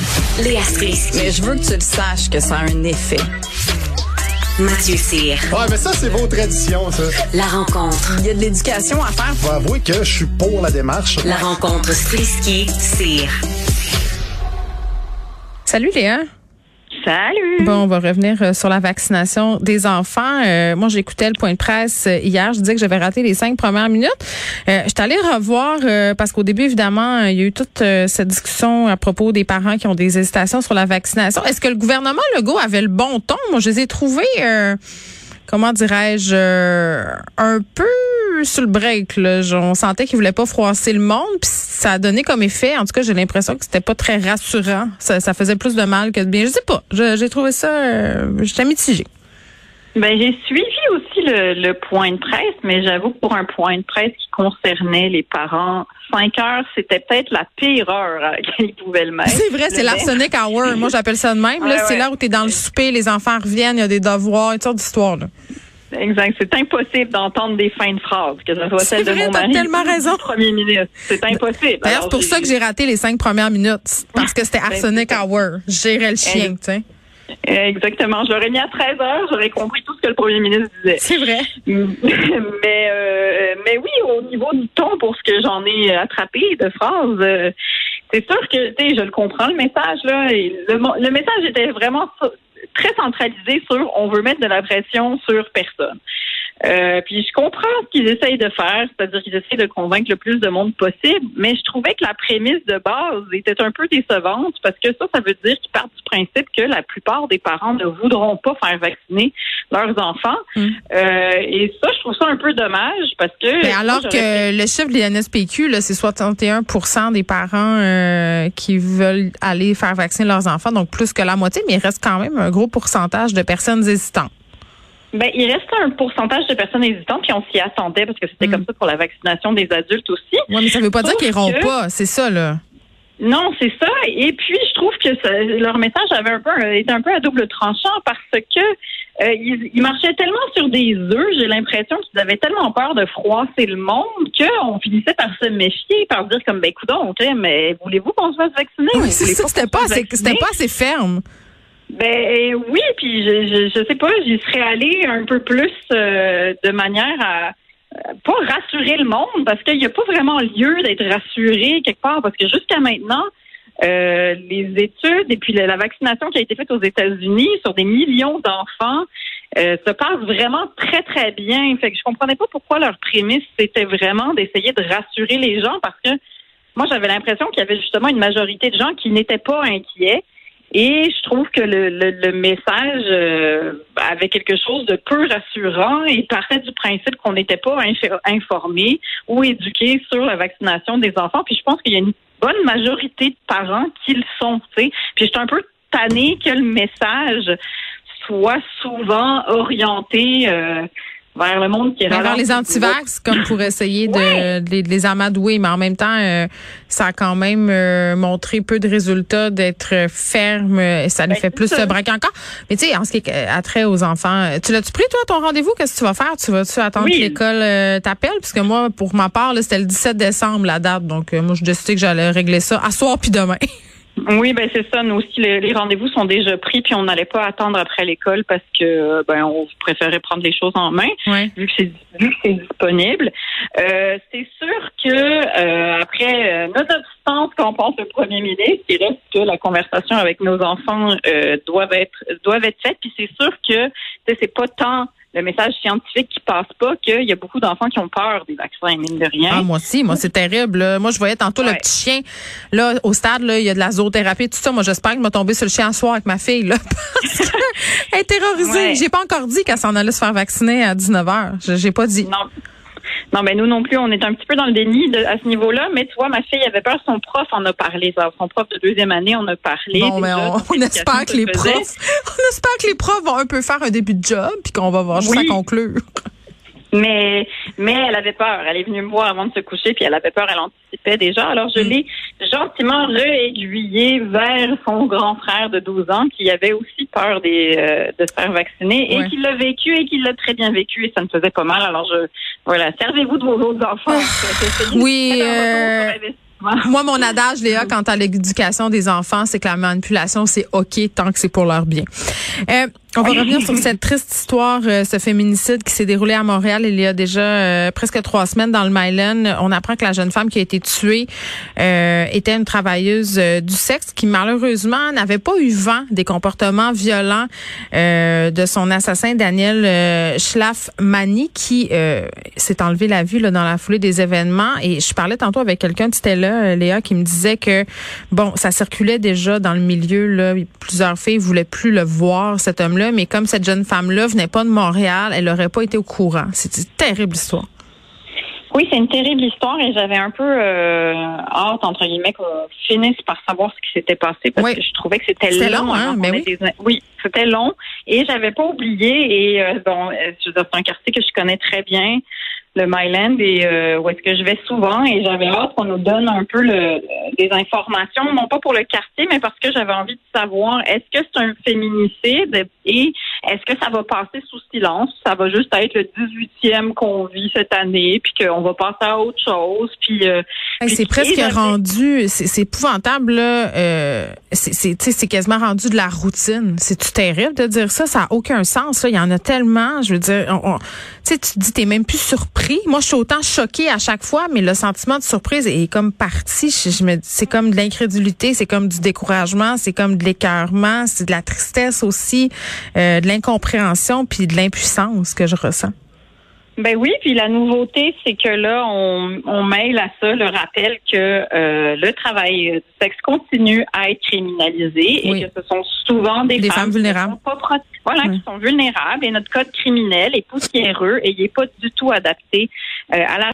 Léa Strisky. Mais je veux que tu le saches que ça a un effet. Mathieu Cyr. Ouais, mais ça, c'est vos traditions, ça. La rencontre. Il y a de l'éducation à faire. Faut avouer que je suis pour la démarche. La rencontre Strisky-Cyr. Salut Léa. Salut! Bon, on va revenir sur la vaccination des enfants. Moi, j'écoutais le point de presse hier. Je disais que j'avais raté les 5 premières minutes. Je suis allée revoir parce qu'au début, évidemment, il y a eu toute cette discussion à propos des parents qui ont des hésitations sur la vaccination. Est-ce que le gouvernement Legault avait le bon ton? Moi, je les ai trouvés, comment dirais-je, un peu sur le break. Là. On sentait qu'ils voulaient pas froisser le monde. Puis ça a donné comme effet, en tout cas, j'ai l'impression que c'était pas très rassurant. Ça faisait plus de mal que de bien. Je sais pas. J'ai trouvé ça, j'étais mitigée. Ben, j'ai suivi aussi le point de presse, mais j'avoue que pour un point de presse qui concernait les parents, 5 heures, c'était peut-être la pire heure à laquelle ils pouvaient le mettre. C'est vrai, c'est l'arsenic hour. Moi, j'appelle ça de même. Là, c'est l'heure où t'es dans le souper, les enfants reviennent, il y a des devoirs, une sorte d'histoire, là. Exact. C'est impossible d'entendre des fins de phrases, que ce soit celle de mon mari. T'as tellement raison. Premier ministre. C'est impossible. D'ailleurs, c'est pour ça que j'ai raté les 5 premières minutes. Parce que c'était arsenic hour. Je gérais le chien, tu sais. Exactement. Je l'aurais mis à 13 heures, j'aurais compris tout ce que le premier ministre disait. C'est vrai. Mais oui, au niveau du ton, pour ce que j'en ai attrapé de phrases, c'est sûr que, tu sais, je le comprends, le message, là. Le message était vraiment très centralisé sur on veut mettre de la pression sur personne. Puis je comprends ce qu'ils essayent de faire, c'est-à-dire qu'ils essayent de convaincre le plus de monde possible, mais je trouvais que la prémisse de base était un peu décevante parce que ça veut dire qu'ils partent du principe que la plupart des parents ne voudront pas faire vacciner leurs enfants. Et ça, je trouve ça un peu dommage parce que... Mais alors que le chiffre de l'INSPQ, là, c'est 61% des parents qui veulent aller faire vacciner leurs enfants, donc plus que la moitié, mais il reste quand même un gros pourcentage de personnes hésitantes. Ben, il reste un pourcentage de personnes hésitantes, puis on s'y attendait parce que c'était comme ça pour la vaccination des adultes aussi. Oui, mais ça veut pas dire qu'ils iront pas, c'est ça, là. Non, c'est ça. Et puis, je trouve que leur message était un peu à double tranchant parce que ils marchaient tellement sur des œufs, j'ai l'impression qu'ils avaient tellement peur de froisser le monde qu'on finissait par se méfier, par dire comme, ben, coudonc, mais voulez-vous qu'on se fasse vacciner? Oui, c'est ça, c'était pas assez ferme. Ben oui, puis je sais pas, j'y serais allée un peu plus de manière à pas rassurer le monde, parce qu'il n'y a pas vraiment lieu d'être rassuré quelque part, parce que jusqu'à maintenant, les études et puis la vaccination qui a été faite aux États-Unis sur des millions d'enfants se passe vraiment très, très bien. Fait que je comprenais pas pourquoi leur prémisse, c'était vraiment d'essayer de rassurer les gens, parce que moi, j'avais l'impression qu'il y avait justement une majorité de gens qui n'étaient pas inquiets. Et je trouve que le message avait quelque chose de peu rassurant et partait du principe qu'on n'était pas informés ou éduqués sur la vaccination des enfants. Puis je pense qu'il y a une bonne majorité de parents qui le sont, tu sais. Puis j'étais un peu tannée que le message soit souvent orienté vers le monde qui est vers les anti-vax, comme pour essayer de les amadouer. Mais en même temps, ça a quand même montré peu de résultats d'être ferme. Et ça nous fait plus se braquer encore. Mais tu sais, en ce qui a trait aux enfants, tu l'as-tu pris, toi, ton rendez-vous? Qu'est-ce que tu vas faire? Tu vas-tu attendre que l'école t'appelle? Parce que moi, pour ma part, là, c'était le 17 décembre, la date. Donc, moi, je décidais que j'allais régler ça à soir puis demain. Oui, ben c'est ça. Nous aussi, les rendez-vous sont déjà pris, puis on n'allait pas attendre après l'école parce que on préférait prendre les choses en main, vu que c'est disponible. C'est sûr que après nonobstant ce qu'en pense le premier ministre, il reste que la conversation avec nos enfants doivent être faites. Puis c'est sûr que c'est pas tant le message scientifique qui passe pas, qu'il y a beaucoup d'enfants qui ont peur des vaccins, mine de rien. Ah, moi aussi, c'est terrible. Là. Moi, je voyais tantôt le petit chien, là, au stade, là, il y a de la zoothérapie, tout ça. Moi, j'espère que je vais tomber sur le chien ce soir avec ma fille, là, parce qu'elle est terrorisée. Ouais. J'ai pas encore dit qu'elle s'en allait se faire vacciner à 19h. J'ai pas dit. Non, ben nous non plus, on est un petit peu dans le déni à ce niveau-là, mais tu vois, ma fille avait peur, son prof en a parlé. Son prof de 2e année en a parlé. Bon, mais on espère que les profs vont un peu faire un début de job, puis qu'on va voir juste à conclure. Mais elle avait peur. Elle est venue me voir avant de se coucher, puis elle avait peur, elle anticipait déjà. Alors, je l'ai gentiment réaiguillée vers son grand frère de 12 ans, qui avait aussi peur de se faire vacciner, et qui l'a vécu, et qui l'a très bien vécu, et ça me faisait pas mal. Alors, servez-vous de vos autres enfants. malheureusement. Moi, mon adage, Léa, quant à l'éducation des enfants, c'est que la manipulation, c'est OK tant que c'est pour leur bien. On va revenir sur cette triste histoire, ce féminicide qui s'est déroulé à Montréal il y a déjà presque 3 semaines dans le Myland. On apprend que la jeune femme qui a été tuée était une travailleuse du sexe qui malheureusement n'avait pas eu vent des comportements violents de son assassin Daniel Schlafmani qui s'est enlevé la vue là, dans la foulée des événements. Et je parlais tantôt avec quelqu'un, tu étais là, Léa, qui me disait que bon, ça circulait déjà dans le milieu, là, plusieurs filles voulaient plus le voir, cet homme-là. Mais comme cette jeune femme-là venait pas de Montréal, elle n'aurait pas été au courant. C'est une terrible histoire. Oui, c'est une terrible histoire et j'avais un peu hâte, entre guillemets, qu'on finisse par savoir ce qui s'était passé parce que je trouvais que c'était long. Hein? Ben oui. Oui, c'était long et j'avais pas oublié et c'est un quartier que je connais très bien, le Myland, et où est-ce que je vais souvent et j'avais hâte qu'on nous donne un peu des informations, non pas pour le quartier, mais parce que j'avais envie de savoir est-ce que c'est un féminicide et est-ce que ça va passer sous silence, ça va juste être le 18e qu'on vit cette année, puis qu'on va passer à autre chose, puis c'est presque rendu, c'est épouvantable là, c'est quasiment rendu de la routine. C'est-tu terrible de dire ça? Ça n'a aucun sens. Là. Il y en a tellement, je veux dire, tu te dis, t'es même plus surpris. Moi, je suis autant choquée à chaque fois, mais le sentiment de surprise est comme parti. Je me dis, c'est comme de l'incrédulité, c'est comme du découragement, c'est comme de l'écœurement, c'est de la tristesse aussi, de l'incompréhension puis de l'impuissance que je ressens. Ben oui, puis la nouveauté, c'est que là, on mêle à ça le rappel que le travail du sexe continue à être criminalisé et que ce sont souvent des femmes vulnérables. Qui sont vulnérables et notre code criminel est poussiéreux et il n'est pas du tout adapté à la